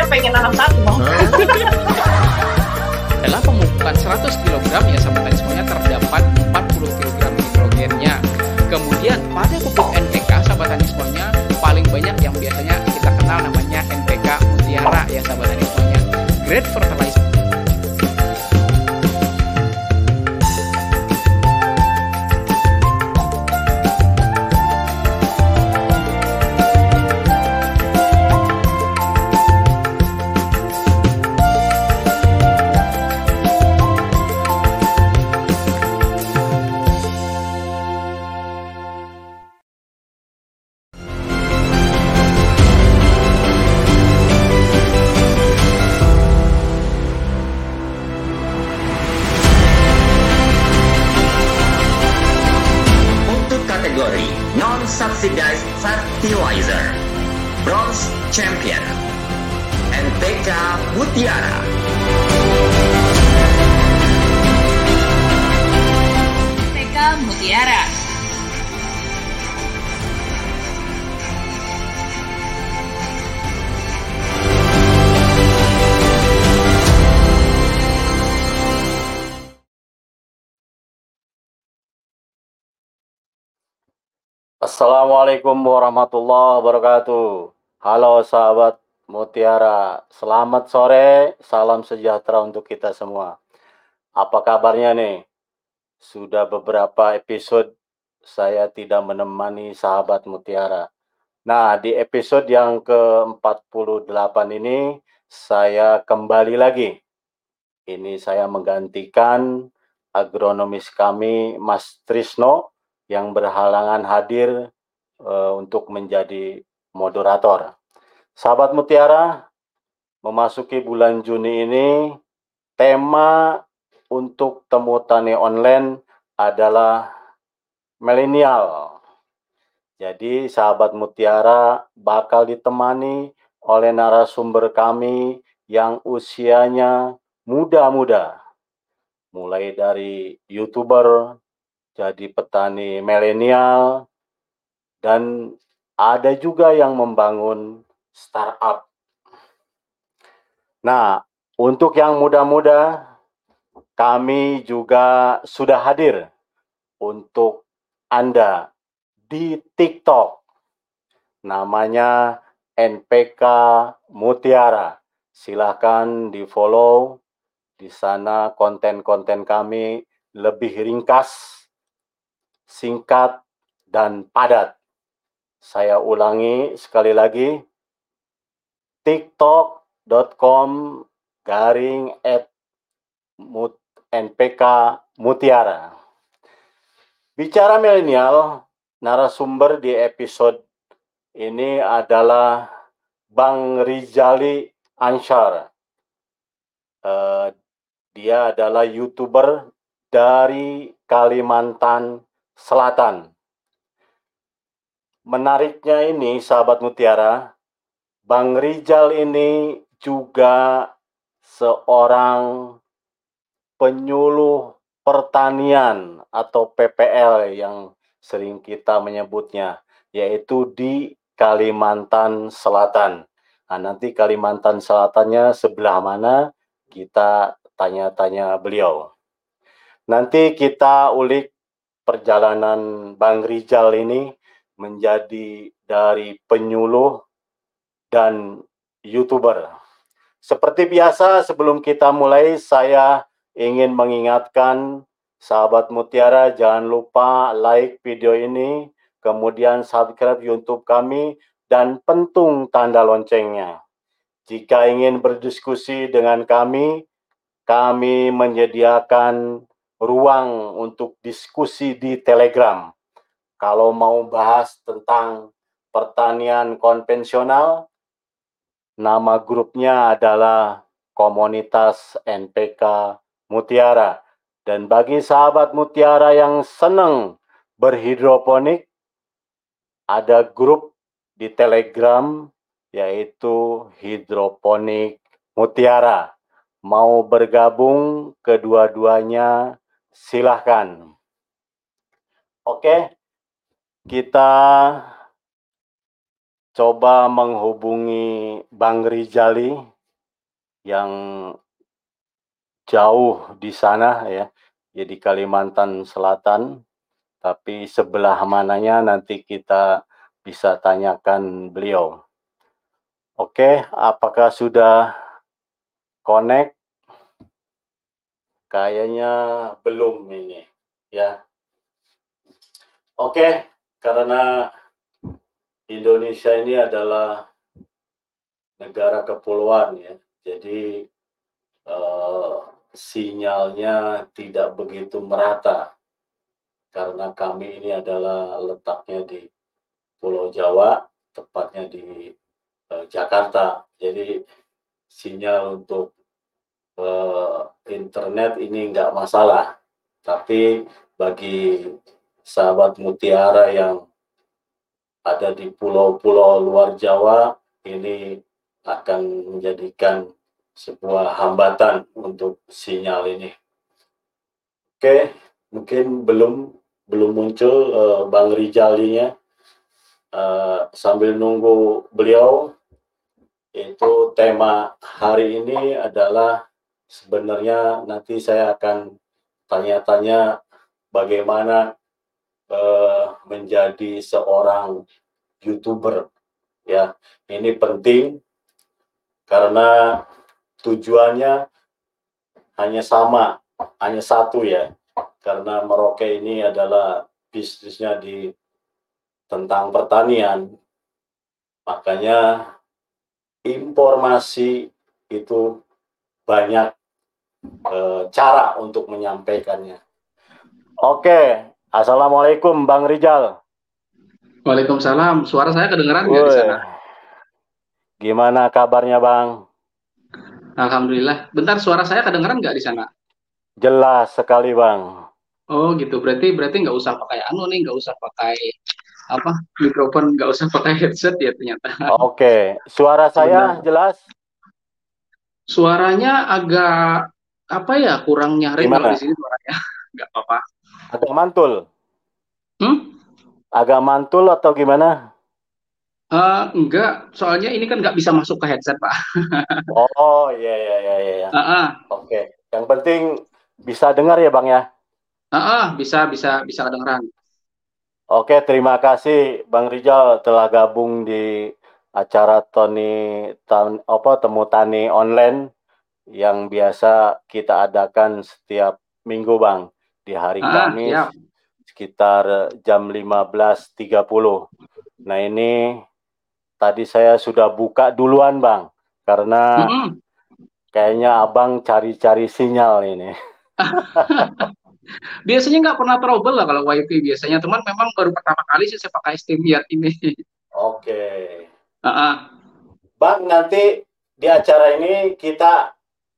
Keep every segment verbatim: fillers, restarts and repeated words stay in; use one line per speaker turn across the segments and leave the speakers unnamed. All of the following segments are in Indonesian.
pengen nanam satu bang.
Dalam pemupukan seratus kilogram ya sahabat tani semuanya terdapat empat puluh kilogram nitrogennya. Kemudian pada pupuk N P K sahabat tani semuanya paling banyak yang biasanya kita kenal namanya N P K Mutiara ya sahabat tani semuanya. Grade fertilizer.
Non-subsidized fertilizer, Bronze Champion, N P K Mutiara.
N P K Mutiara.
Assalamualaikum warahmatullahi wabarakatuh. Halo sahabat Mutiara, selamat sore, salam sejahtera untuk kita semua. Apa kabarnya nih? Sudah beberapa episode saya tidak menemani sahabat Mutiara. Nah, di episode yang ke empat puluh delapan ini saya kembali lagi. Ini saya menggantikan agronomis kami Mas Trisno yang berhalangan hadir uh, untuk menjadi moderator. Sahabat Mutiara, memasuki bulan Juni ini, tema untuk temu tani online adalah milenial. Jadi sahabat Mutiara bakal ditemani oleh narasumber kami yang usianya muda-muda. Mulai dari YouTuber, jadi petani milenial, dan ada juga yang membangun startup. Nah, untuk yang muda-muda, kami juga sudah hadir untuk Anda di TikTok. Namanya N P K Mutiara. Silahkan di-follow. Di sana konten-konten kami lebih ringkas, singkat, dan padat. Saya ulangi sekali lagi, tiktok dot com garing at N P K Mutiara. Bicara milenial, narasumber di episode ini adalah Bang Rizali Anshar. Uh, dia adalah YouTuber dari Kalimantan Selatan. Menariknya ini, sahabat Mutiara, Bang Rizal ini juga seorang penyuluh pertanian atau P P L yang sering kita menyebutnya, yaitu di Kalimantan Selatan. Nah, nanti Kalimantan Selatannya sebelah mana, kita tanya-tanya beliau. Nanti kita ulik perjalanan Bang Rizal ini menjadi dari penyuluh dan YouTuber. Seperti biasa, sebelum kita mulai, saya ingin mengingatkan sahabat Mutiara, jangan lupa like video ini, kemudian subscribe YouTube kami, dan pentung tanda loncengnya. Jika ingin berdiskusi dengan kami, kami menyediakan ruang untuk diskusi di Telegram. Kalau mau bahas tentang pertanian konvensional, nama grupnya adalah Komunitas N P K Mutiara. Dan bagi sahabat Mutiara yang senang berhidroponik, ada grup di Telegram yaitu Hidroponik Mutiara. Mau bergabung kedua-duanya, silahkan. Oke, kita coba menghubungi Bang Rizali yang jauh di sana ya, ya di Kalimantan Selatan, tapi sebelah mananya nanti kita bisa tanyakan beliau. Oke, apakah sudah connect? Kayaknya belum ini ya. Oke, karena Indonesia ini adalah negara kepulauan ya, jadi eh, sinyalnya tidak begitu merata karena kami ini adalah letaknya di Pulau Jawa, tepatnya di eh, Jakarta. Jadi sinyal untuk eh, internet ini nggak masalah, tapi bagi sahabat Mutiara yang ada di pulau-pulau luar Jawa ini akan menjadikan sebuah hambatan untuk sinyal ini. Oke, mungkin belum belum muncul uh, Bang Rizalinya. Uh, sambil nunggu beliau, itu tema hari ini adalah sebenarnya nanti saya akan tanya-tanya bagaimana uh, menjadi seorang YouTuber ya. Ini penting karena tujuannya hanya sama, hanya satu ya, karena Merauke ini adalah bisnisnya di tentang pertanian, makanya informasi itu banyak e, cara untuk menyampaikannya. Oke, assalamualaikum Bang Rizal.
Waalaikumsalam. Suara saya kedengeran nggak di sana?
Gimana kabarnya Bang?
Alhamdulillah. Bentar, suara saya kedengeran nggak di sana?
Jelas sekali Bang.
Oh gitu. Berarti berarti nggak usah pakai anu nih, nggak usah pakai apa mikrofon, nggak usah pakai headset ya ternyata.
Oke, suara saya
Sebentar.
jelas?
Suaranya agak apa ya, kurang nyaring kalau
Gimana?
di sini suaranya. Nggak apa-apa.
Agak mantul?
Hmm?
Agak mantul atau gimana?
Uh, enggak, soalnya ini kan nggak bisa masuk ke headset, Pak.
Oh iya iya iya iya.
Uh -uh.
Oke, yang penting bisa dengar ya Bang ya.
Uh -uh. Bisa bisa bisa kedengeran.
Oke, terima kasih Bang Rizal telah gabung di acara Tony Tan, apa Temu Tani Online yang biasa kita adakan setiap minggu Bang di hari
Uh -uh.
Kamis
Siap.
sekitar jam lima belas tiga puluh. Nah ini tadi saya sudah buka duluan Bang karena
Mm -mm.
kayaknya Abang cari-cari sinyal ini.
Biasanya nggak pernah trouble lah kalau wifi biasanya, teman memang baru pertama kali sih saya pakai StreamYard ini.
Oke.
Uh -uh.
Bang, nanti di acara ini kita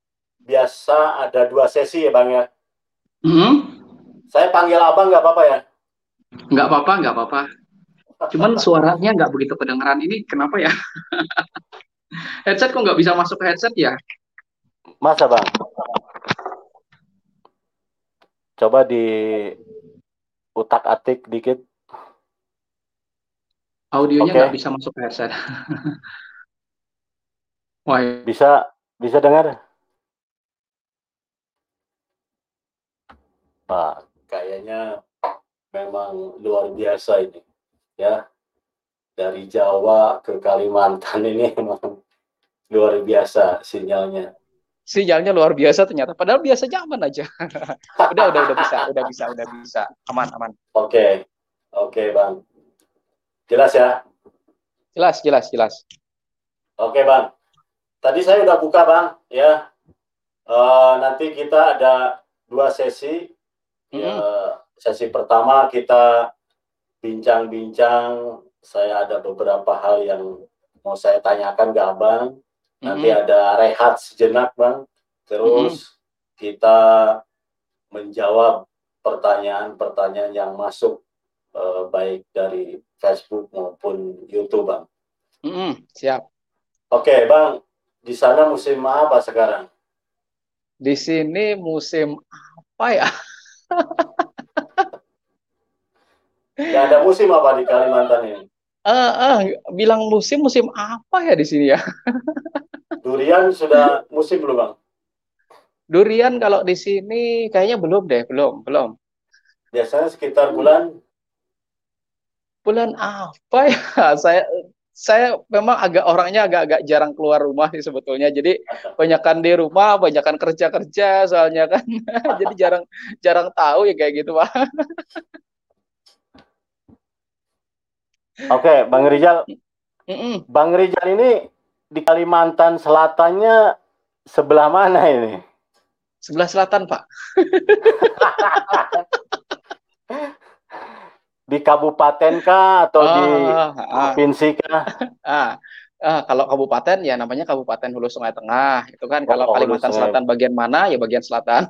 biasa ada dua sesi ya Bang ya.
Mm -hmm.
Saya panggil Abang nggak apa-apa ya?
Nggak apa-apa, nggak apa-apa. Cuman suaranya nggak begitu kedengeran. Ini kenapa ya? Headset kok nggak bisa masuk ke headset ya?
Masa Bang? Coba di utak-atik dikit.
Audionya
Oke.
nggak bisa masuk ke headset. Wah,
Bisa bisa dengar? Pak, kayaknya memang luar biasa ini ya. Dari Jawa ke Kalimantan ini memang luar biasa sinyalnya.
Sinyalnya luar biasa ternyata. Padahal biasanya aman aja. udah, udah, udah bisa, udah bisa, udah bisa. Aman, aman.
Oke, oke Bang. Jelas ya?
Jelas, jelas, jelas.
Oke Bang. Tadi saya udah buka Bang, ya. Uh, nanti kita ada dua sesi. Mm-hmm. Ya, sesi pertama kita bincang-bincang. Saya ada beberapa hal yang mau saya tanyakan ke Abang. Nanti mm-hmm. ada rehat sejenak Bang. Terus mm-hmm. kita menjawab pertanyaan-pertanyaan yang masuk uh, baik dari Facebook maupun YouTube Bang.
Mm-hmm. Siap.
Oke Bang, di sana musim apa sekarang?
Di sini musim apa ya?
Gak ada musim apa di Kalimantan ini?
Uh, uh, bilang musim musim apa ya di sini ya?
Durian Durian sudah musim belum Bang?
Durian kalau di sini kayaknya belum deh, belum, belum.
Biasanya sekitar bulan
Bulan apa ya? Saya saya memang agak orangnya agak-agak jarang keluar rumah sih sebetulnya. Jadi banyakan di rumah, banyakan kerja-kerja soalnya kan. Jadi jarang jarang tahu ya kayak gitu, Pak.
Oke, Bang Rizal.
Mm-mm.
Bang Rizal ini di Kalimantan Selatannya sebelah mana ini?
Sebelah selatan, Pak.
Di kabupaten kah atau di
Ah, ah,
provinsi kah?
ah, ah, kalau kabupaten ya namanya Kabupaten Hulu Sungai Tengah. Itu kan kalau
Oh, Hulu
Kalimantan
Sungai.
Selatan bagian mana ya bagian selatan.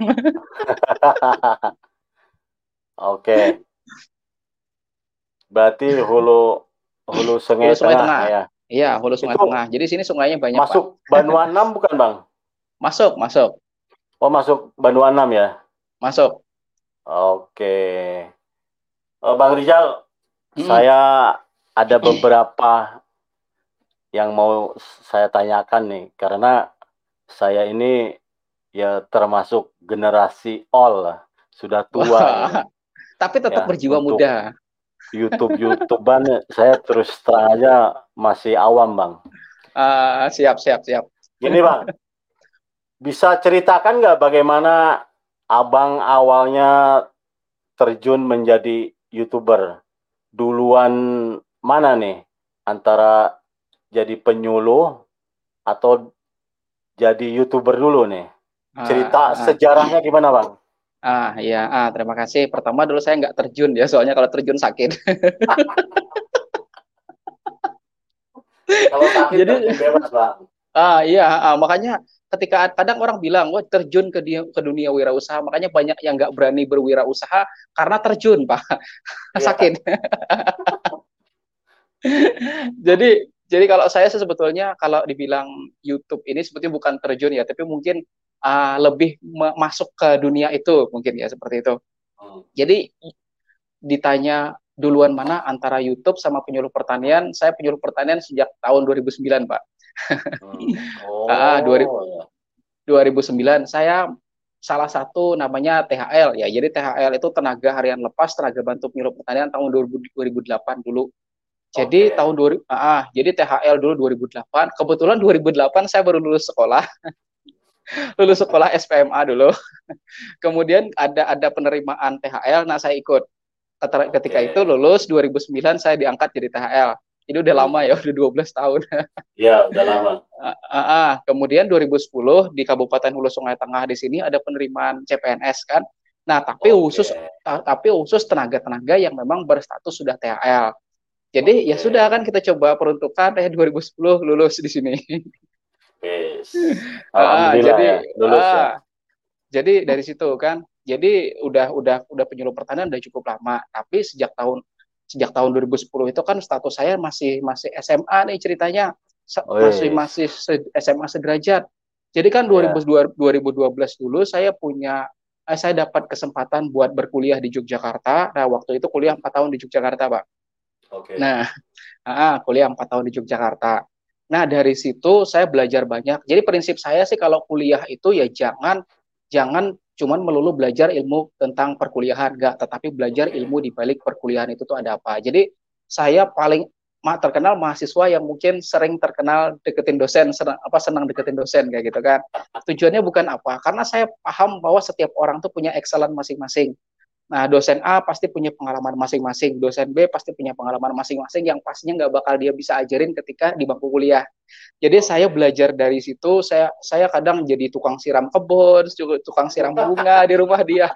Oke, berarti hulu hulu Sungai
Hulu Sungai
Tengah
Tengah.
ya.
Iya, Hulu Sungai
Itu
Tengah. Jadi sini sungainya banyak, Pak.
masuk Banuanam bukan Bang?
Masuk, masuk,
Oh, masuk Banuanam ya.
masuk.
Oke. Oh, Bang Rizal,
Mm-mm.
saya ada beberapa yang mau saya tanyakan nih, karena saya ini ya termasuk generasi all lah, sudah tua
Wah,
ini
tapi tetap
ya.
berjiwa
Untuk
muda.
YouTube YouTubean saya terus terang aja masih awam Bang.
Ah, siap, siap, siap.
Gini Bang, bisa ceritakan nggak bagaimana Abang awalnya terjun menjadi YouTuber? Duluan mana nih? Antara jadi penyuluh atau jadi YouTuber dulu nih?
Ah,
Cerita
ah,
sejarahnya gimana Bang?
ah, ya, ah, terima kasih. Pertama dulu saya nggak terjun ya, soalnya kalau terjun sakit.
Kalau sakit
Jadi,
terjun bebas Bang.
ah, iya, ah, makanya ketika kadang orang bilang, wah terjun ke dia, ke dunia wirausaha, makanya banyak yang nggak berani berwirausaha karena terjun, Pak,
Iya.
sakit. Jadi, jadi kalau saya sih sebetulnya kalau dibilang YouTube ini sebetulnya bukan terjun ya, tapi mungkin ah, lebih ma- masuk ke dunia itu mungkin ya seperti itu.
Hmm.
Jadi ditanya duluan mana antara YouTube sama penyuluh pertanian, saya penyuluh pertanian sejak tahun dua ribu sembilan, Pak.
Hmm.
Ah,
Oh, ya.
dua ribu sembilan saya salah satu namanya T H L ya. Jadi T H L itu tenaga harian lepas, tenaga bantu penyuluh pertanian tahun dua ribu, dua ribu delapan dulu. Jadi
Oke.
tahun dua ribu, ah, jadi T H L dulu dua ribu delapan. Kebetulan dua ribu delapan saya baru lulus sekolah, lulus sekolah S P M A dulu. Kemudian ada ada penerimaan T H L, nah saya ikut. Ketika itu
Oke.
lulus dua ribu sembilan saya diangkat jadi T H L. Jadi udah lama
Hmm.
ya, udah dua belas tahun.
Ya, udah lama.
Ah, ah, ah. Kemudian dua ribu sepuluh di Kabupaten Hulu Sungai Tengah di sini ada penerimaan C P N S kan. Nah, tapi
Oke.
khusus tapi khusus tenaga-tenaga yang memang berstatus sudah T H L. Jadi ya
Oke.
sudah kan kita coba peruntukan eh dua ribu sepuluh lulus di sini.
Yes.
Ah,
Alhamdulillah
jadi
ya, lulus ya.
ah, jadi dari situ kan. Jadi udah udah udah penyuluh pertanian udah cukup lama. Tapi sejak tahun sejak tahun dua ribu sepuluh itu kan status saya masih masih S M A nih ceritanya. Masih
Wes.
masih S M A sederajat. Jadi kan dua ribu
Ya.
dua, dua ribu dua belas dulu saya punya eh, saya dapat kesempatan buat berkuliah di Yogyakarta. Nah, waktu itu kuliah empat tahun di Yogyakarta, Pak.
Oke.
Nah, ah, kuliah empat tahun di Yogyakarta. Nah, dari situ saya belajar banyak. Jadi prinsip saya sih kalau kuliah itu ya jangan jangan cuman melulu belajar ilmu tentang perkuliahan, enggak, tetapi belajar
Oke.
ilmu di balik perkuliahan itu tuh ada apa. Jadi saya paling ma- terkenal mahasiswa yang mungkin sering terkenal deketin dosen, senang, apa senang deketin dosen kayak gitu kan. Tujuannya bukan apa, karena saya paham bahwa setiap orang tuh punya excellent masing-masing. Nah, dosen A pasti punya pengalaman masing-masing, dosen B pasti punya pengalaman masing-masing yang pastinya nggak bakal dia bisa ajarin ketika di bangku kuliah. Jadi saya
Oke.
belajar dari situ, saya saya kadang jadi tukang siram kebun, tukang siram bunga di rumah dia.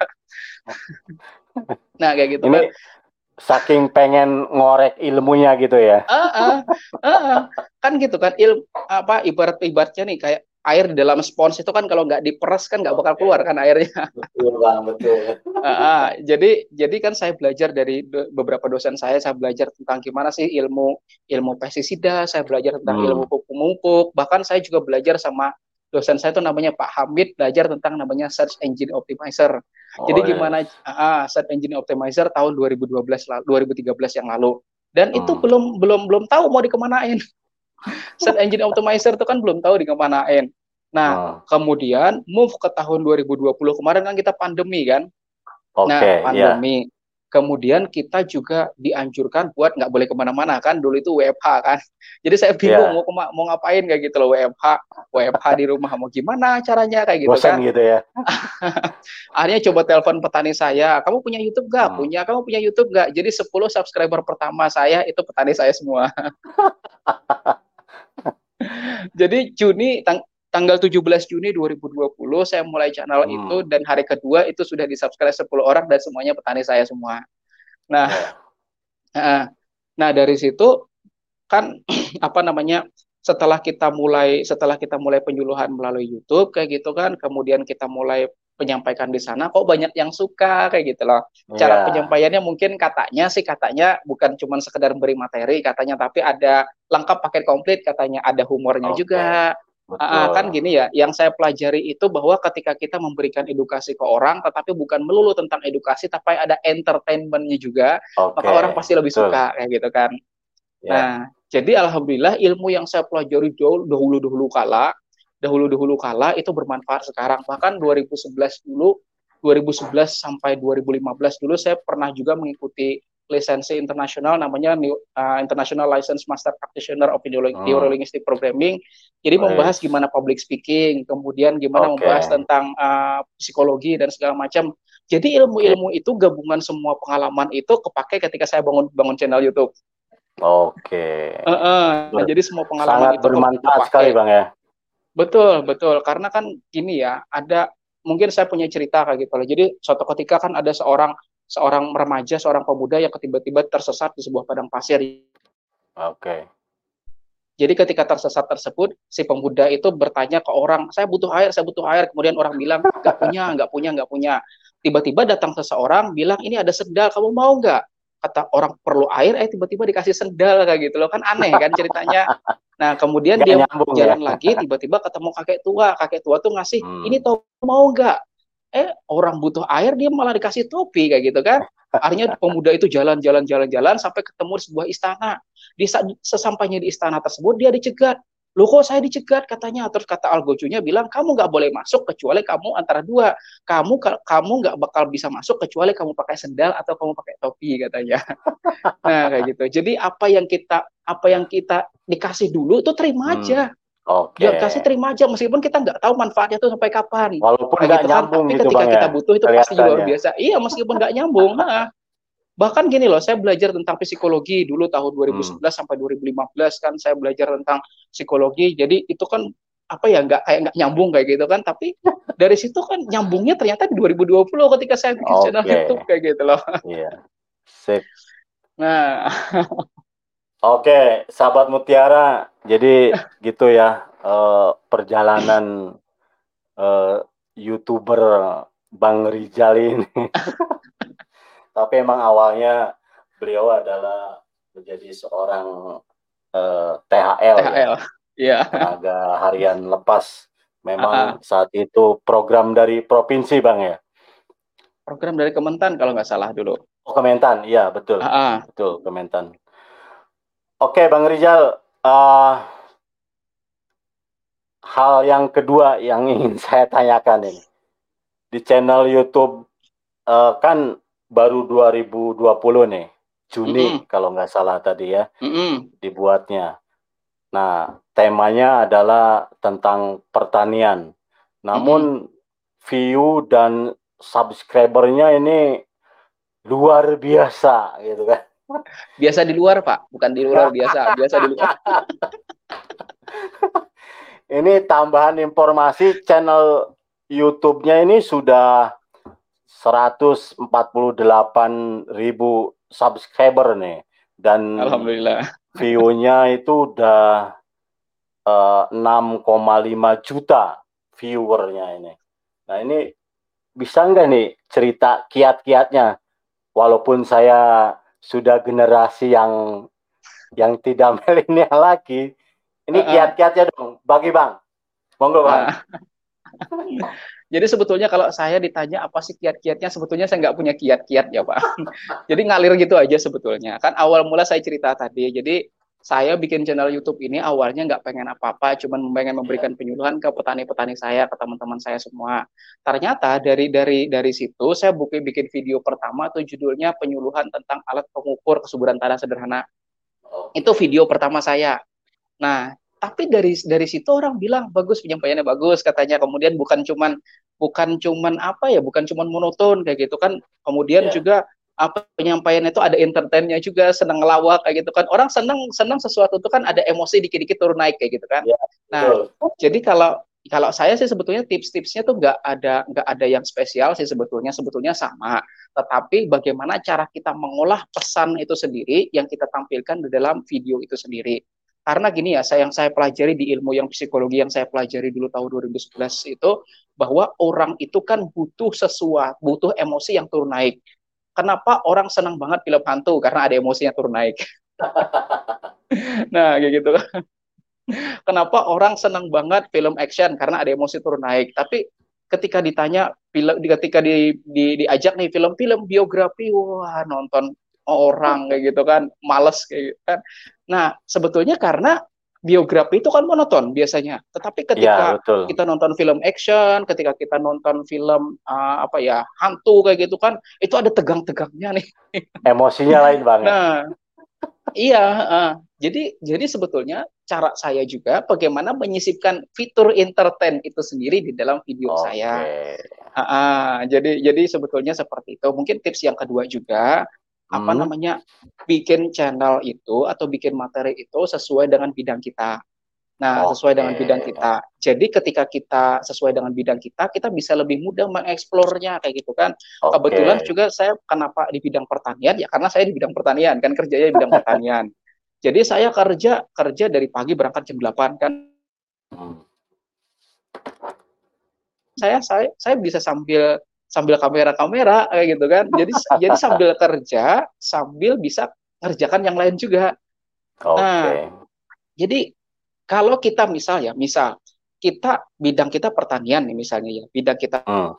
Nah, kayak gitu
Ini
kan.
saking pengen ngorek ilmunya gitu ya.
Ah, ah, ah, ah. Kan gitu kan, il apa ibarat ibaratnya nih kayak air di dalam spons itu kan kalau nggak diperas kan nggak bakal keluar
Oke.
kan airnya.
Betul Bang, betul.
Uh, uh, jadi jadi kan saya belajar dari do, beberapa dosen saya, saya belajar tentang gimana sih ilmu ilmu pestisida, saya belajar tentang ilmu
Hmm.
pupuk-pupuk, bahkan saya juga belajar sama dosen saya itu namanya Pak Hamid, belajar tentang namanya Search Engine Optimizer.
Oh,
Jadi gimana
yes.
uh, Search Engine Optimizer tahun dua ribu dua belas dua ribu tiga belas yang lalu. Dan itu
Hmm.
belum belum belum tahu mau dikemanain. Search engine optimizer itu kan belum tahu dikemanain. Nah,
Hmm.
kemudian move ke tahun dua ribu dua puluh kemarin kan kita pandemi kan.
Oke,
Nah,
iya.
pandemi. Kemudian kita juga dianjurkan buat nggak boleh kemana-mana kan. Dulu itu W F H kan. Jadi saya bingung
Iya.
mau kema- mau ngapain kayak gitu loh W F H. W F H di rumah mau gimana caranya kayak gitu
Bosan
kan.
gitu ya.
Akhirnya coba telepon petani saya. Kamu punya YouTube nggak?
Hmm.
Punya. Kamu punya YouTube nggak? Jadi sepuluh subscriber pertama saya itu petani saya semua. Jadi Juni tang tanggal tujuh belas Juni dua ribu dua puluh saya mulai channel
Hmm.
itu dan hari kedua itu sudah di-subscribe sepuluh orang dan semuanya petani saya semua. Nah,
Oh.
nah dari situ kan apa namanya? Setelah kita mulai setelah kita mulai penyuluhan melalui YouTube kayak gitu kan, kemudian kita mulai penyampaikan di sana kok banyak yang suka kayak gitu loh. Cara
Iya.
penyampaiannya mungkin katanya sih katanya bukan cuma sekedar beri materi katanya tapi ada lengkap paket komplit katanya, ada humornya
Oke.
juga. Ah,
Betul.
kan gini ya, yang saya pelajari itu bahwa ketika kita memberikan edukasi ke orang, tetapi bukan melulu tentang edukasi, tapi ada entertainment-nya juga,
Oke.
maka orang pasti lebih
Betul.
suka kayak gitu kan.
Ya.
Nah, jadi alhamdulillah ilmu yang saya pelajari jauh dahulu-dahulu kala, dahulu-dahulu kala itu bermanfaat sekarang. Bahkan dua ribu sebelas dulu, dua ribu sebelas sampai dua ribu lima belas dulu saya pernah juga mengikuti lisensi internasional namanya uh, International License Master Practitioner of
Hmm.
Neurolinguistic Programming. Jadi membahas
Wes.
gimana public speaking, kemudian gimana
Oke.
membahas tentang uh, psikologi dan segala macam. Jadi ilmu-ilmu itu gabungan semua pengalaman itu kepake ketika saya bangun bangun channel YouTube.
Oke.
Uh, uh,
Ber-
jadi semua pengalaman
Sangat
itu ke-
bermanfaat
kepake.
sekali Bang ya.
Betul, betul. Karena kan gini ya, ada mungkin saya punya cerita kayak gitu loh. Jadi suatu ketika kan ada seorang seorang remaja, seorang pemuda yang tiba-tiba tersesat di sebuah padang pasir.
Oke.
Jadi ketika tersesat tersebut, si pemuda itu bertanya ke orang, saya butuh air, saya butuh air. Kemudian orang bilang, nggak punya, nggak punya, nggak punya. Tiba-tiba datang seseorang bilang, ini ada sendal, kamu mau nggak? Kata orang perlu air, eh tiba-tiba dikasih sendal kayak gitu loh, kan aneh kan ceritanya. Nah kemudian
Nggak
dia
nyambung
jalan
ya.
lagi, tiba-tiba ketemu kakek tua, kakek tua tuh ngasih,
Hmm.
ini tau mau nggak? Eh orang butuh air dia malah dikasih topi kayak gitu kan. Akhirnya pemuda itu jalan-jalan jalan-jalan sampai ketemu di sebuah istana. Di sesampainya di istana tersebut dia dicegat. Loh kok saya dicegat katanya. Terus kata Algojunya bilang kamu nggak boleh masuk kecuali kamu antara dua. Kamu kamu nggak bakal bisa masuk kecuali kamu pakai sendal atau kamu pakai topi katanya. Nah kayak gitu. Jadi apa yang kita apa yang kita dikasih dulu itu terima
Hmm.
aja.
Oke.
Ya kasih terima aja meskipun kita nggak tahu manfaatnya tuh sampai kapan.
Walaupun
Kayak
nggak
gitu kan.
nyambung
Tapi
gitu
ketika
Bang
kita
ya.
butuh itu pasti luar
Kelihatannya.
biasa. Iya meskipun nggak nyambung. Nah, bahkan gini loh, saya belajar tentang psikologi dulu tahun dua ribu sebelas
Hmm.
sampai dua ribu lima belas kan saya belajar tentang psikologi. Jadi itu kan apa ya nggak kayak nggak nyambung kayak gitu kan. Tapi dari situ kan nyambungnya ternyata di dua ribu dua puluh ketika saya bikin channel
Oke.
YouTube kayak gitu loh.
Iya. Sip.
Nah,
Oke, sahabat Mutiara. Jadi gitu ya eh, perjalanan eh, YouTuber Bang Rizal ini. Tapi emang awalnya beliau adalah menjadi seorang eh, T H L,
T H L.
ya,
Iya.
tenaga harian lepas.
Ah, ah.
Memang saat itu program dari provinsi Bang ya.
Program dari Kementan kalau nggak salah dulu.
Oh Kementan, iya betul,
Ah, ah.
betul Kementan. Oke Bang Rizal, eh, hal yang kedua yang ingin saya tanyakan ini di channel YouTube eh, kan baru dua ribu dua puluh nih, Juni
Mm-mm.
kalau nggak salah tadi ya
Mm-mm.
dibuatnya. Nah temanya adalah tentang pertanian. Namun view dan subscribernya ini luar biasa gitu kan.
Biasa di luar, Pak. Bukan di luar biasa. Biasa di luar.
Ini tambahan informasi channel YouTube-nya ini sudah seratus empat puluh delapan ribu subscriber nih. Dan
Alhamdulillah.
view-nya itu udah uh, enam koma lima juta viewernya ini. Nah ini bisa nggak nih cerita kiat-kiatnya? Walaupun saya sudah generasi yang yang tidak milenial lagi, ini
Uh-uh.
kiat-kiatnya dong, bagi Bang. Monggo Bang.
Uh. Jadi sebetulnya kalau saya ditanya apa sih kiat-kiatnya, sebetulnya saya nggak punya kiat-kiat ya Pak. Jadi ngalir gitu aja sebetulnya. Kan awal mula saya cerita tadi. Jadi saya bikin channel YouTube ini awalnya nggak pengen apa-apa, cuman pengen memberikan penyuluhan ke petani-petani saya, ke teman-teman saya semua. Ternyata dari dari dari situ saya bikin bikin video pertama tuh judulnya penyuluhan tentang alat pengukur kesuburan tanah sederhana.
Oke.
Itu video pertama saya. Nah, tapi dari dari situ orang bilang bagus, penyampaiannya bagus katanya. Kemudian bukan cuman bukan cuman apa ya, bukan cuman monoton kayak gitu kan. Kemudian
Yeah.
juga apa penyampaiannya itu ada entertainnya juga, senang ngelawak kayak gitu kan. Orang senang senang sesuatu itu kan ada emosi dikit-dikit turun naik kayak gitu kan.
Yeah,
Nah,
betul.
jadi kalau kalau saya sih sebetulnya tips-tipsnya tuh nggak ada nggak ada yang spesial sih sebetulnya sebetulnya sama. Tetapi bagaimana cara kita mengolah pesan itu sendiri yang kita tampilkan di dalam video itu sendiri. Karena gini ya, saya yang saya pelajari di ilmu yang psikologi yang saya pelajari dulu tahun dua ribu sebelas itu bahwa orang itu kan butuh sesuatu, butuh emosi yang turun naik. Kenapa orang senang banget film hantu? Karena ada emosinya turun naik. Nah, kayak gitu. Kenapa orang senang banget film action? Karena ada emosi turun naik. Tapi ketika ditanya, ketika di, di, diajak nih film-film biografi, wah nonton orang kayak gitu kan, males kayak gitu kan. Nah, sebetulnya karena biografi itu kan monoton biasanya. Tetapi ketika
Ya,
kita nonton film action, ketika kita nonton film uh, apa ya hantu kayak gitu kan, itu ada tegang-tegangnya nih.
Emosinya lain Bang.
Nah, iya. Uh, jadi jadi sebetulnya cara saya juga bagaimana menyisipkan fitur entertain itu sendiri di dalam video
Oke.
saya. Uh, uh, jadi jadi sebetulnya seperti itu. Mungkin tips yang kedua juga hmm. apa namanya bikin channel itu atau bikin materi itu sesuai dengan bidang kita. Nah, sesuai
Oke.
dengan bidang kita. Jadi ketika kita sesuai dengan bidang kita, kita bisa lebih mudah mengeksplornya kayak gitu kan.
Oke.
Kebetulan juga saya kenapa di bidang pertanian? Ya karena saya di bidang pertanian kan kerjanya di bidang pertanian. Jadi saya kerja kerja dari pagi berangkat jam delapan kan. Hmm. Saya saya saya bisa sambil sambil kamera-kamera kayak gitu kan. Jadi jadi sambil kerja, sambil bisa ngerjakan yang lain juga.
Oke.
Nah, jadi kalau kita misal ya, misal kita bidang kita pertanian nih misalnya ya, bidang kita hmm.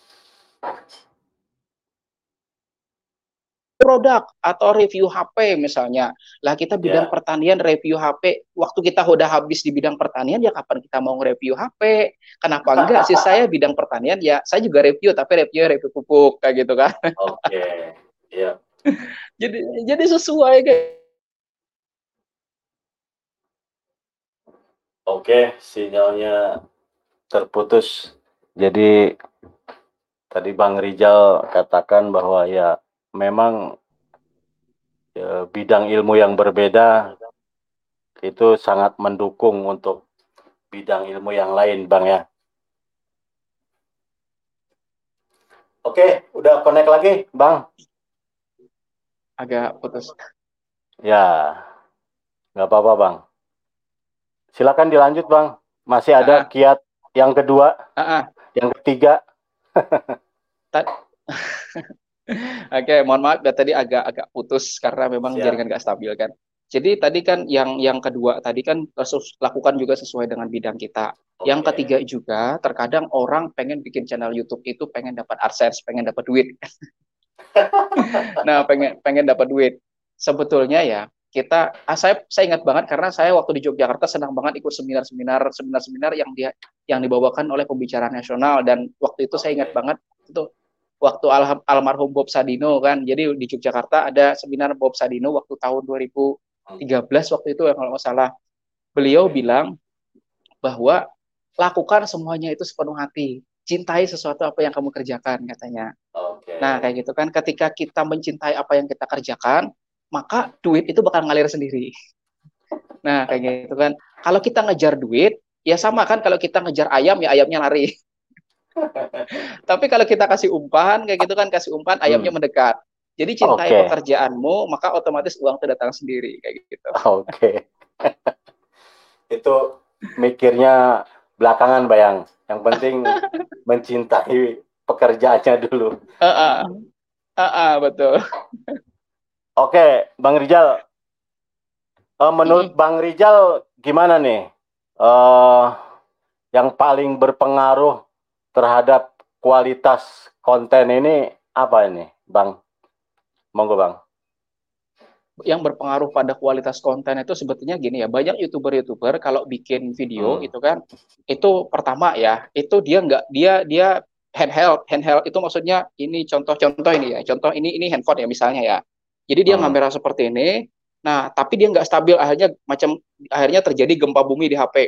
produk atau review H P misalnya. Lah kita bidang yeah. pertanian review H P, waktu kita udah habis di bidang pertanian ya kapan kita mau nge-review H P? Kenapa enggak sih saya bidang pertanian ya, saya juga review tapi review review pupuk kayak gitu kan.
Oke. Okay. Iya. Yeah.
jadi jadi sesuai kayak
Oke, sinyalnya terputus. Jadi tadi Bang Rijal katakan bahwa ya memang ya, bidang ilmu yang berbeda itu sangat mendukung untuk bidang ilmu yang lain, Bang ya. Oke, udah connect lagi, Bang?
Agak putus.
Ya, nggak apa-apa, Bang. Silakan dilanjut, Bang. Masih ada uh-uh. kiat yang kedua, uh-uh. yang ketiga.
Oke, okay, mohon maaf ya tadi agak-agak putus karena memang Siap. jaringan nggak stabil kan. Jadi tadi kan yang yang kedua tadi kan lakukan juga sesuai dengan bidang kita. Okay. Yang ketiga juga terkadang orang pengen bikin channel YouTube itu pengen dapat AdSense, pengen dapat duit. Nah, pengen pengen dapat duit. Sebetulnya ya kita, ah, saya saya ingat banget karena saya waktu di Yogyakarta senang banget ikut seminar-seminar seminar-seminar yang dia yang dibawakan oleh pembicara nasional dan waktu itu okay. saya ingat banget itu waktu al almarhum Bob Sadino kan. Jadi di Yogyakarta ada seminar Bob Sadino waktu tahun dua ribu tiga belas waktu itu kalau nggak salah. Beliau okay. bilang bahwa lakukan semuanya itu sepenuh hati. Cintai sesuatu apa yang kamu kerjakan katanya. Okay. Nah, kayak gitu kan ketika kita mencintai apa yang kita kerjakan, maka duit itu bakal ngalir sendiri. Nah, kayak gitu kan. Kalau kita ngejar duit, ya sama kan kalau kita ngejar ayam, ya ayamnya lari. Tapi kalau kita kasih umpan, kayak gitu kan, kasih umpan, ayamnya hmm. mendekat. Jadi cintai okay. pekerjaanmu, maka otomatis uang itu datang sendiri, kayak gitu.
Oke. Okay. Itu mikirnya belakangan, Bayang. Yang penting mencintai pekerjaannya dulu.
Uh-uh. Uh-uh, betul.
Oke, Bang Rijal. Uh, menurut mm-hmm. Bang Rijal gimana nih? Uh, yang paling berpengaruh terhadap kualitas konten ini apa ini, Bang? Monggo, Bang.
yang berpengaruh pada kualitas konten itu sebetulnya gini ya, banyak youtuber-youtuber kalau bikin video
Hmm.
itu kan, itu pertama ya, itu dia nggak dia dia handheld, handheld itu maksudnya ini contoh-contoh ini ya, contoh ini ini handphone ya misalnya ya, jadi dia
Hmm.
kamera seperti ini, nah tapi dia nggak stabil, akhirnya macam akhirnya terjadi gempa bumi di H P,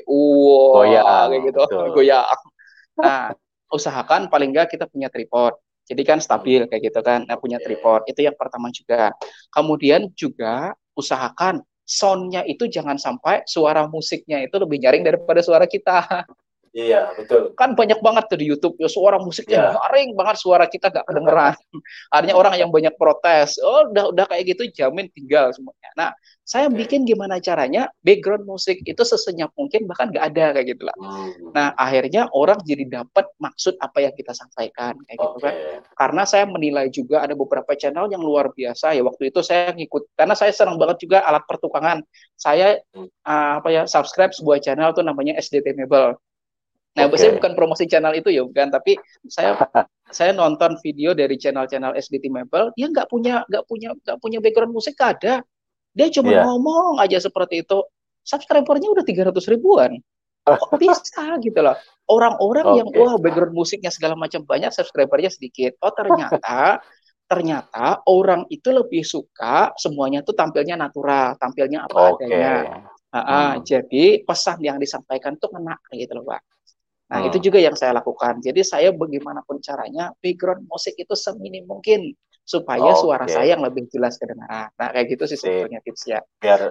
wah kayak
Goyang,
gitu,
betul.
goyang. Nah, usahakan paling nggak kita punya tripod. Jadi kan stabil
Hmm.
kayak gitu kan. Nah, punya
Oke.
tripod. Itu yang pertama juga. Kemudian juga usahakan soundnya itu jangan sampai suara musiknya itu lebih nyaring daripada suara kita.
Iya, betul.
Kan banyak banget tuh di YouTube ya suara musiknya
Ya.
nyaring banget, suara kita gak kedengeran. Artinya orang yang banyak protes, oh udah udah kayak gitu jamin tinggal semuanya. Nah, saya
Oke.
bikin gimana caranya background musik itu sesenyap mungkin, bahkan gak ada kayak gitu lah.
Hmm.
Nah, akhirnya orang jadi dapat maksud apa yang kita sampaikan kayak gitu kan.
Oke.
Karena saya menilai juga ada beberapa channel yang luar biasa ya, waktu itu saya ngikut karena saya senang banget juga alat pertukangan. Saya
Hmm.
uh, apa ya subscribe sebuah channel tuh namanya S D T Mebel. Nah,
Oke.
saya bukan promosi channel itu ya, bukan, tapi saya saya nonton video dari channel-channel S D T Mebel, dia nggak punya nggak punya nggak punya background musik, nggak ada. Dia cuma
Iya.
ngomong aja seperti itu. Subscribernya udah tiga ratus ribuan. Kok bisa gitu loh. Orang-orang yang
Oke.
wah background musiknya segala macam banyak, subscribernya sedikit. Oh ternyata ternyata orang itu lebih suka semuanya tuh tampilnya natural, tampilnya apa
Oke.
adanya. Ah,
Hmm.
jadi pesan yang disampaikan tuh kena gitu loh, Pak. Nah, itu
Hmm.
juga yang saya lakukan. Jadi saya bagaimanapun caranya background musik itu seminim mungkin supaya suara
Oke.
saya yang lebih jelas kedengaran. Nah, kayak gitu sih
Sip.
sebetulnya tipsnya.
Biar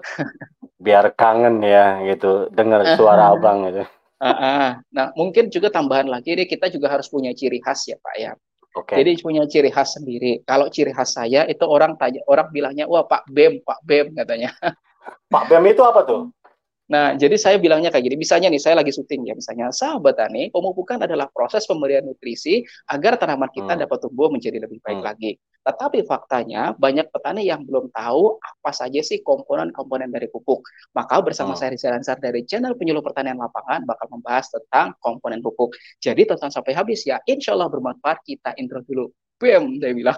biar kangen ya gitu dengar suara abang gitu.
Uh, uh. Nah, mungkin juga tambahan lagi nih, kita juga harus punya ciri khas ya, Pak ya.
Oke.
Jadi punya ciri khas sendiri. Kalau ciri khas saya itu orang tanya, orang bilangnya, wah Pak Bem, Pak Bem katanya.
Pak Bem itu apa tuh?
Nah, jadi saya bilangnya kayak gini, misalnya nih, saya lagi syuting ya, misalnya, sahabat tani, pemupukan adalah proses pemberian nutrisi agar tanaman kita
Hmm.
dapat tumbuh menjadi lebih baik
Hmm.
lagi. Tetapi faktanya, banyak petani yang belum tahu apa saja sih komponen-komponen dari pupuk. Maka bersama
Hmm.
saya Rizal Ansar dari channel Penyuluh Pertanian Lapangan bakal membahas tentang komponen pupuk. Jadi tonton sampai habis ya, insya Allah bermanfaat. Kita intro dulu. Bam, dia bilang.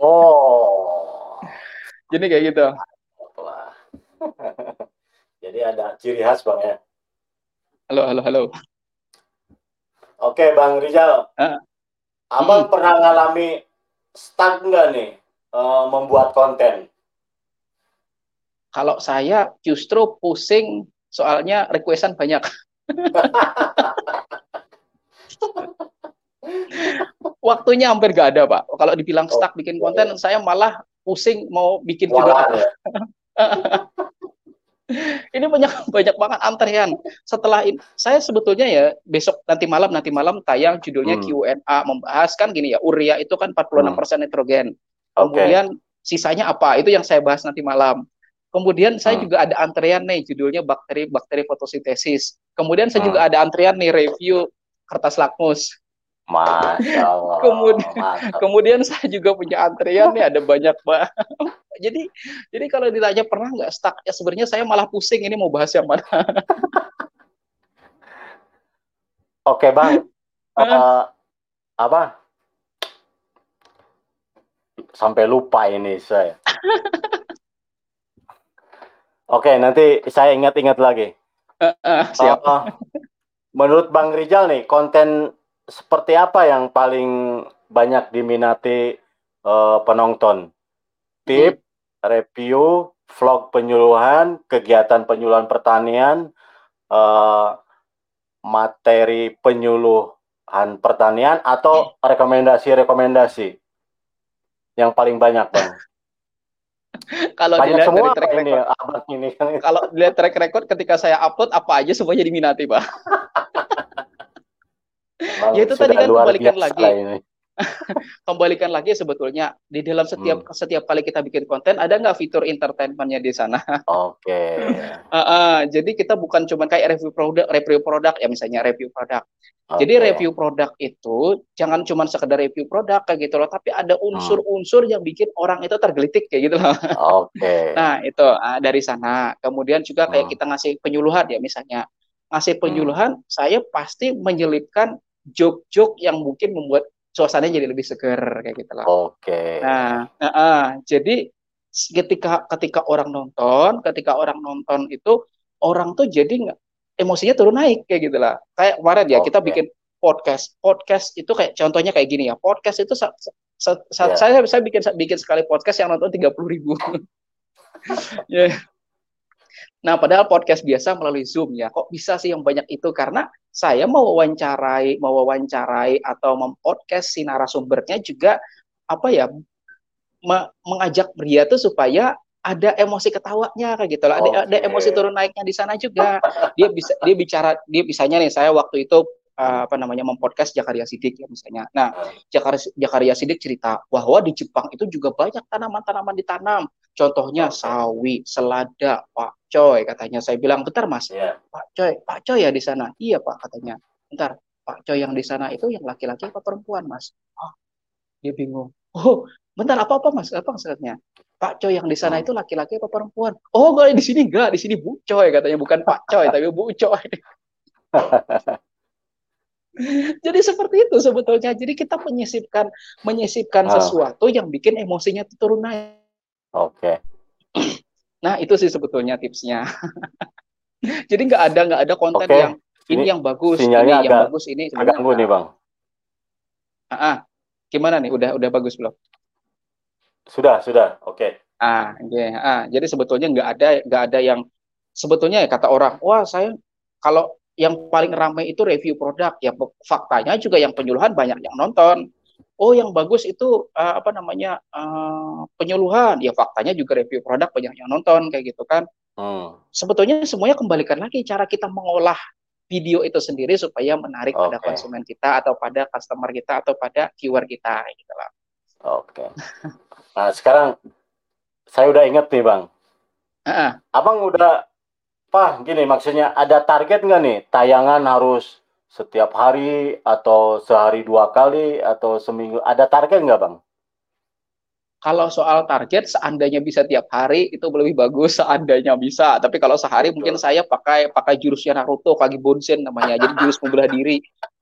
Oh.
Jadi kayak gitu.
Wah. Jadi ada ciri khas Bang ya.
Halo, halo, halo.
Oke Bang Rizal,
Uh,
Abang
hmm.
pernah ngalami stuck nggak nih uh, membuat konten?
Kalau saya justru pusing soalnya requestan banyak. Waktunya hampir gak ada, Pak. Kalau dibilang stuck bikin konten, saya malah pusing mau bikin judul
Walan,
apa.
ya?
Ini banyak banyak banget antrian. Setelah ini, saya sebetulnya ya besok nanti malam nanti malam tayang judulnya
Hmm.
Q and A, membahas kan gini ya, urea itu kan empat puluh enam persen nitrogen. Kemudian
Oke.
sisanya apa? Itu yang saya bahas nanti malam. Kemudian saya
Hmm.
juga ada antrian nih judulnya bakteri-bakteri fotosintesis. Kemudian saya
Hmm.
juga ada antrian nih review kertas lakmus.
Masya Allah.
Kemudian,
Mantap.
kemudian saya juga punya antrian nih, ada banyak banget. Jadi, jadi kalau ditanya pernah nggak stuck, ya sebenarnya saya malah pusing ini mau bahas yang mana.
Oke Bang, uh, apa? Sampai lupa ini saya. Oke, nanti saya ingat-ingat lagi.
Uh, uh, siap.
Uh, menurut Bang Rizal nih, konten seperti apa yang paling banyak diminati uh, penonton? Tip, hmm. review, vlog penyuluhan, kegiatan penyuluhan pertanian, uh, materi penyuluhan pertanian, atau rekomendasi-rekomendasi yang paling banyak, Bang?
Kalau
banyak
dilihat
semua
dari track
ini,
record,
abang ini.
kalau dilihat track record ketika saya upload apa aja semuanya diminati, Pak. Ya itu tadi kan kembalikan lagi. Kembalikan lagi sebetulnya di dalam setiap hmm. setiap kali kita bikin konten ada nggak fitur entertainment-nya di sana?
Oke. Okay.
uh, uh, jadi kita bukan cuma kayak review produk, review produk ya misalnya review produk. Okay. Jadi review produk itu jangan cuma sekedar review produk kayak gitu loh, tapi ada unsur-unsur yang bikin orang itu tergelitik kayak gitu loh.
Oke. Okay.
Nah itu uh, dari sana. Kemudian juga kayak
hmm.
kita ngasih penyuluhan ya misalnya ngasih penyuluhan, hmm. saya pasti menyelipkan joke-joke yang mungkin membuat suasananya jadi lebih seger kayak gitu loh.
Oke. Okay.
Nah, uh, uh, jadi ketika ketika orang nonton, ketika orang nonton itu orang tuh jadi nggak emosinya turun naik kayak gitulah. Kayak kemarin ya kita
Oke.
bikin podcast. Podcast itu kayak contohnya kayak gini ya. Podcast itu sa- sa- sa-
Ya.
saya saya bikin bikin sekali podcast yang nonton tiga puluh ribu. Ya. Nah, padahal podcast biasa melalui Zoom ya. Kok bisa sih yang banyak itu? Karena saya mau wawancarai, mau wawancarai atau mempodcast si narasumbernya juga apa ya me- mengajak dia tuh supaya ada emosi ketawanya kayak gitu lah. Ada, ada
Oke.
emosi turun naiknya di sana juga. Dia bisa dia bicara dia bisanya nih saya waktu itu uh, apa namanya mempodcast Jakaria Sidik ya misalnya. Nah,
Ah,
Jakaria, Jakaria Sidik cerita bahwa di Jepang itu juga banyak tanaman-tanaman ditanam. Contohnya
Oke.
sawi, selada, pakcoy katanya. Saya bilang, "Bentar, Mas.
Ya.
Pakcoy, pakcoy ya di sana." "Iya, Pak," katanya. "Bentar, pakcoy yang di sana itu yang laki-laki apa perempuan, Mas?" "Oh," dia bingung. "Oh, bentar apa-apa, Mas? Apa maksudnya?" "Pak Coy yang di sana
Hmm.
itu laki-laki apa perempuan?" "Oh, kalau di sini enggak, di sini Bu Coy," katanya, bukan Pak Coy tapi Bu Coy. Jadi seperti itu sebetulnya. Jadi kita menyisipkan menyisipkan
Ah,
sesuatu yang bikin emosinya itu turun naik.
Oke.
Nah, itu sih sebetulnya tipsnya. Jadi nggak ada nggak ada konten
Oke.
yang ini
Ini
yang bagus,
sinyalnya
ini yang
agak
bagus, ini sebenarnya
terganggu nih,
enggak.
Bang.
Ah, ah. Gimana nih? Udah udah bagus belum?
Sudah, sudah. Oke.
Ah, yeah. ah, jadi sebetulnya nggak ada nggak ada yang sebetulnya ya kata orang, wah saya kalau yang paling ramai itu review produk ya faktanya juga yang penyuluhan banyak yang nonton. Oh yang bagus itu uh, apa namanya uh, penyuluhan ya faktanya juga review produk banyak yang nonton kayak gitu kan.
Hmm.
Sebetulnya semuanya kembalikan lagi cara kita mengolah video itu sendiri supaya menarik pada
Oke.
konsumen kita atau pada customer kita atau pada viewer kita gitu lah.
Oke. Nah, sekarang saya udah inget nih, Bang.
Uh-uh.
Abang udah, Pak, gini maksudnya ada target nggak nih? Tayangan harus setiap hari atau sehari dua kali atau seminggu? Ada target nggak, Bang?
Kalau soal target, seandainya bisa tiap hari itu lebih bagus. Seandainya bisa, tapi kalau sehari mungkin
Betul.
saya pakai pakai jurusnya Naruto, Kage Bunshin namanya. Jadi jurus membelah diri.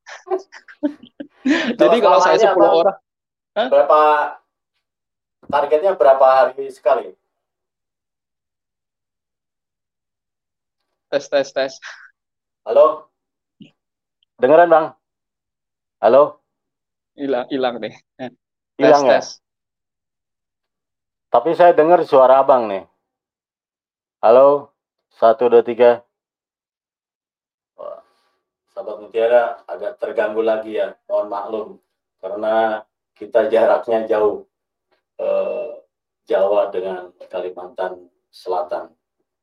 Kalau
Jadi kalau
selama
saya
ini
sepuluh
Abang
orang, Hah?
berapa targetnya berapa hari sekali?
tes tes tes.
Halo? Dengeran, Bang? Halo?
Hilang hilang deh. Eh, Tes
Hilang
tes.
ya? Tapi saya dengar suara Abang nih. Halo? Satu, dua, tiga. Wah, Sahabat Mutiara agak terganggu lagi ya. Mohon maklum. Karena kita jaraknya jauh. Eh, Jawa dengan Kalimantan Selatan.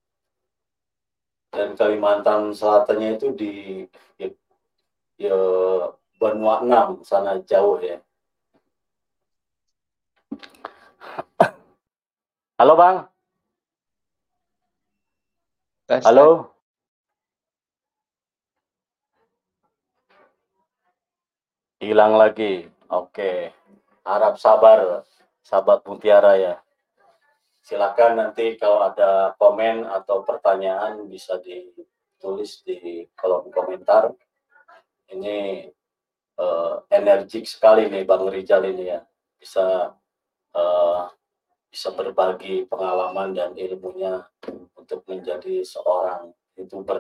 Dan Kalimantan Selatannya itu di ya, ya, Benua enam sana jauh ya. Halo Bang.
Tes tes.
Halo. Hilang lagi. Oke. Harap sabar sahabat Mutiara ya. Silakan nanti kalau ada komen atau pertanyaan bisa ditulis di kolom komentar. Ini uh, energik sekali nih Bang Rizal ini ya. Bisa uh, bisa berbagi pengalaman dan ilmunya untuk menjadi seorang YouTuber.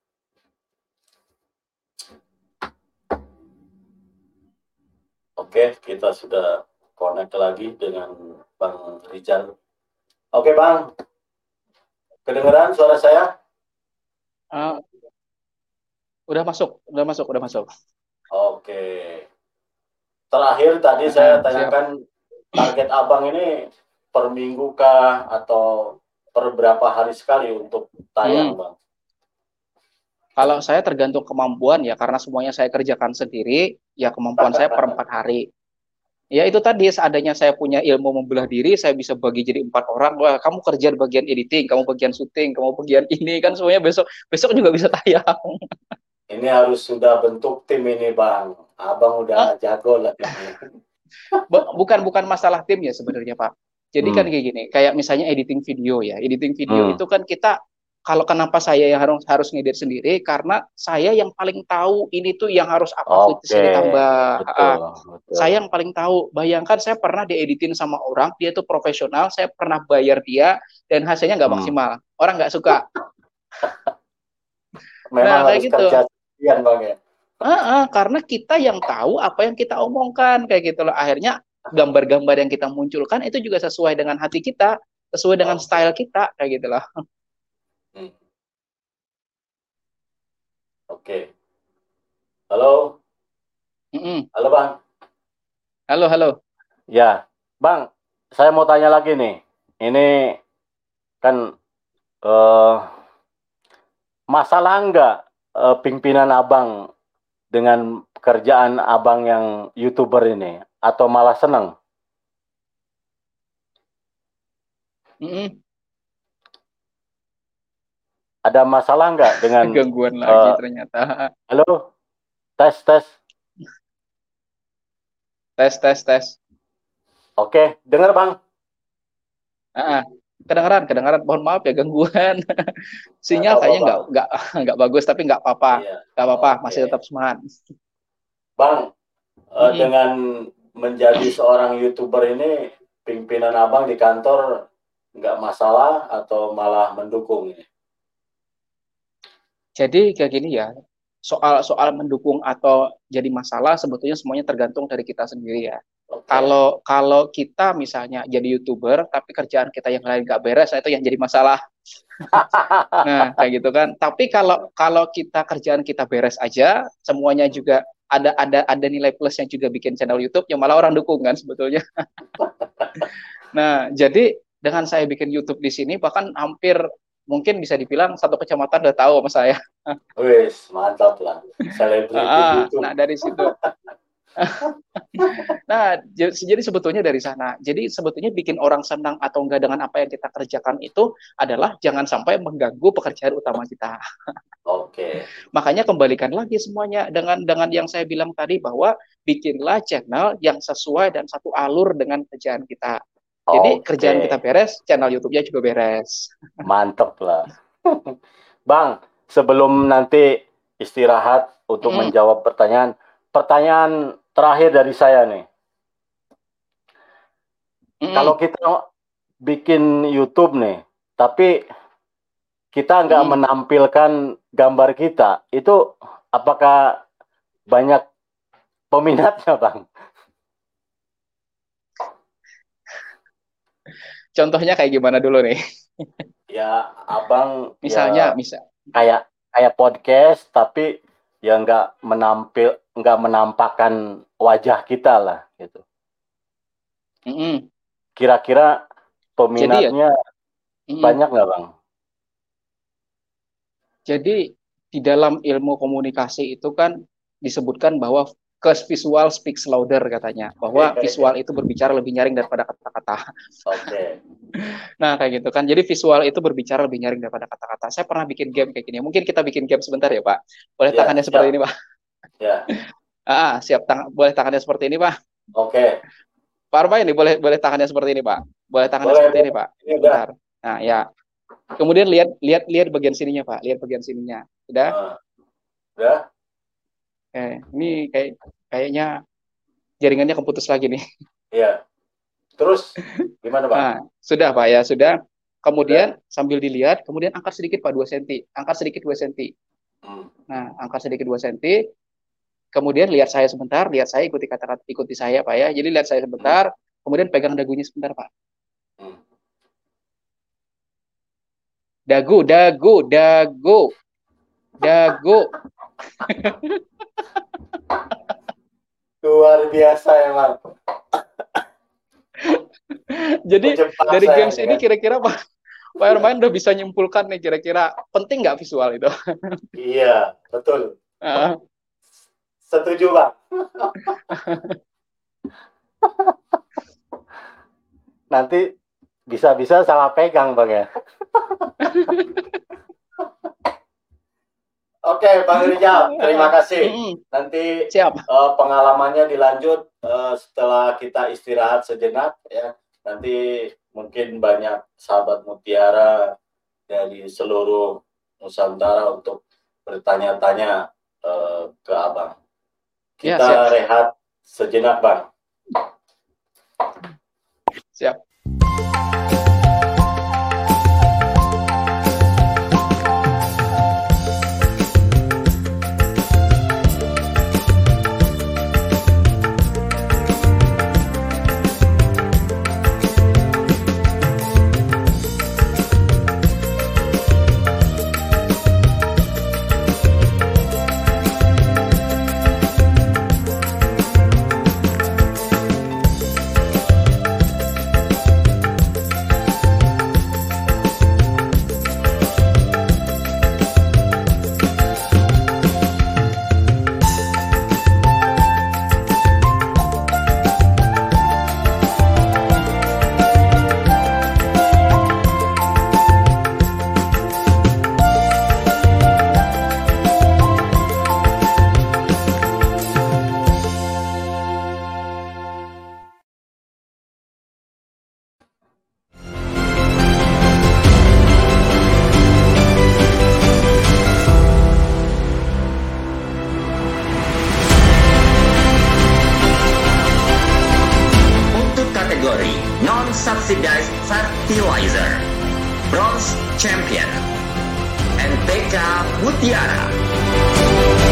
Oke, kita sudah connect lagi dengan Bang Rizal. Oke Bang, kedengeran suara saya?
Uh, udah masuk, udah masuk, udah masuk.
Oke. Terakhir tadi
Uh,
saya
siap.
tanyakan target Abang ini per minggu kah atau per berapa hari sekali untuk tayang,
Hmm.
Bang?
Kalau saya tergantung kemampuan ya, karena semuanya saya kerjakan sendiri, ya kemampuan saya per empat hari. Ya itu tadi, seadanya saya punya ilmu membelah diri, saya bisa bagi jadi empat orang. Wah, kamu kerja di bagian editing, kamu bagian syuting, kamu bagian ini, kan semuanya besok besok juga bisa tayang.
Ini harus sudah bentuk tim ini, Bang. Abang
Hah?
udah jago lah ini.
Bukan bukan masalah tim ya sebenarnya Pak. Jadi kan
Hmm.
kayak gini, kayak misalnya editing video ya. Editing video
Hmm.
itu kan kita kalau kenapa saya yang harus harus ngedit sendiri, karena saya yang paling tahu ini tuh yang harus apa footage
Oke,
ditambah.
betul,
Ah,
betul.
saya yang paling tahu. Bayangkan saya pernah dieditin sama orang, dia tuh profesional, saya pernah bayar dia dan hasilnya nggak
Hmm.
maksimal. Orang nggak suka.
Memang
Nah, kayak
harus
gitu.
kerja sekian Bang ya.
Ah, ah, karena kita yang tahu apa yang kita omongkan kayak gitu loh. Akhirnya gambar-gambar yang kita munculkan itu juga sesuai dengan hati kita, sesuai dengan
Oke.
style kita kayak gitu loh.
Hmm. Oke. Halo,
Mm-mm.
halo Bang.
Halo, halo.
Ya, Bang, saya mau tanya lagi nih. Ini kan eh, masalah nggak eh, pimpinan Abang dengan pekerjaan Abang yang YouTuber ini? Atau malah senang?
Mm-mm.
Ada masalah nggak dengan...
Gangguan lagi
eh,
ternyata.
halo, tes, tes.
Tes, tes, tes.
Oke, dengar Bang?
Ah, ah. Kedengeran, kedengeran. Mohon maaf ya gangguan.
Nggak
Sinyal
apa-apa
kayaknya nggak
Bang.
nggak nggak bagus, tapi nggak apa-apa.
Iya,
Nggak apa-apa,
oke.
masih tetap semangat.
Bang, eh,
Mm-mm.
dengan menjadi seorang YouTuber ini, pimpinan Abang di kantor nggak masalah atau malah mendukung ini?
Jadi kayak gini ya, soal soal mendukung atau jadi masalah sebetulnya semuanya tergantung dari kita sendiri ya.
Oke.
Kalau kalau kita misalnya jadi YouTuber tapi kerjaan kita yang lain nggak beres, nah itu yang jadi masalah. Nah, kayak gitu kan. Tapi kalau kalau kita kerjaan kita beres aja, semuanya juga ada ada ada nilai plus yang juga bikin channel YouTube, yang malah orang dukung kan sebetulnya. Nah, jadi dengan saya bikin YouTube di sini bahkan hampir mungkin bisa dibilang satu kecamatan udah tahu sama saya.
Wis, mantap lah. Selebriti
Ah,
YouTube.
nah dari situ. Nah, jadi sebetulnya dari sana. Jadi sebetulnya bikin orang senang atau enggak dengan apa yang kita kerjakan itu adalah jangan sampai mengganggu pekerjaan utama kita.
Oke.
Makanya kembalikan lagi semuanya dengan dengan yang saya bilang tadi bahwa bikinlah channel yang sesuai dan satu alur dengan kerjaan kita. Jadi kerjaan kita
Oke.
beres, channel YouTube-nya juga beres.
Mantap lah. Bang, sebelum nanti istirahat untuk
Mm,
menjawab pertanyaan, pertanyaan terakhir dari saya nih. Kalau
mm,
kita bikin YouTube nih, tapi kita nggak
mm.
menampilkan gambar kita, itu apakah banyak peminatnya, Bang?
Contohnya kayak gimana dulu nih?
Ya, Abang
Misalnya,
ya
misal.
kayak kayak podcast, tapi ya nggak menampil, nggak menampakkan wajah kita lah, gitu.
Mm-mm.
Kira-kira
Jadi ya,
peminatnya
mm,
banyak nggak, Bang?
jadi di dalam ilmu komunikasi itu kan disebutkan bahwa kes visual speaks louder katanya, bahwa visual itu berbicara lebih nyaring daripada kata-kata.
Oke.
Nah, kayak gitu kan. Jadi visual itu berbicara lebih nyaring daripada kata-kata. Saya pernah bikin game kayak gini. Mungkin kita bikin game sebentar ya, Pak. Boleh
Ya,
tangannya seperti ini,
siap.
Pak?
Ya.
Ah, siap. Tang boleh tangannya seperti ini, Pak.
Oke.
Pak Arma ini boleh boleh tangannya seperti ini, Pak. Boleh tangannya
Boleh,
seperti ini,
boleh.
Pak.
Ini udah.
Sebentar. Nah, ya. Kemudian lihat lihat lihat bagian sininya, Pak. Lihat bagian sininya. Sudah?
Nah, udah.
Eh, ini kayak kayaknya jaringannya keputus lagi nih.
Iya. Terus gimana, Bang?
Nah, sudah, Pak ya, sudah.
Udah.
Kemudian sambil dilihat, kemudian angkat sedikit Pak dua sentimeter. Angkat sedikit dua sentimeter.
Hmm.
Nah, angkat sedikit dua sentimeter. Kemudian lihat saya sebentar, lihat saya, ikuti kata-kata, ikuti saya Pak ya. Jadi lihat saya sebentar, kemudian pegang dagunya sebentar Pak.
Hmm.
Dagu, dagu, dagu, dagu.
Luar biasa emang.
Jadi
Menjebak
dari
saya
games
ini
ini
kan.
kira-kira Pak, Pak Hermain udah bisa nyimpulkan nih kira-kira penting nggak visual itu?
Iya, betul.
Uh,
Setuju, Bang. Nanti bisa-bisa salah pegang, Bang ya. Oke, Bang Rijal, terima kasih. Nanti
siap.
uh, pengalamannya dilanjut uh, setelah kita istirahat sejenak ya. Nanti mungkin banyak sahabat Mutiara dari seluruh Nusantara untuk bertanya-tanya uh, ke Abang. Kita ya, siap. Rehat sejenak, Bang.
Siap.
Non-subsidized fertilizer, bronze champion, N P K Mutiara.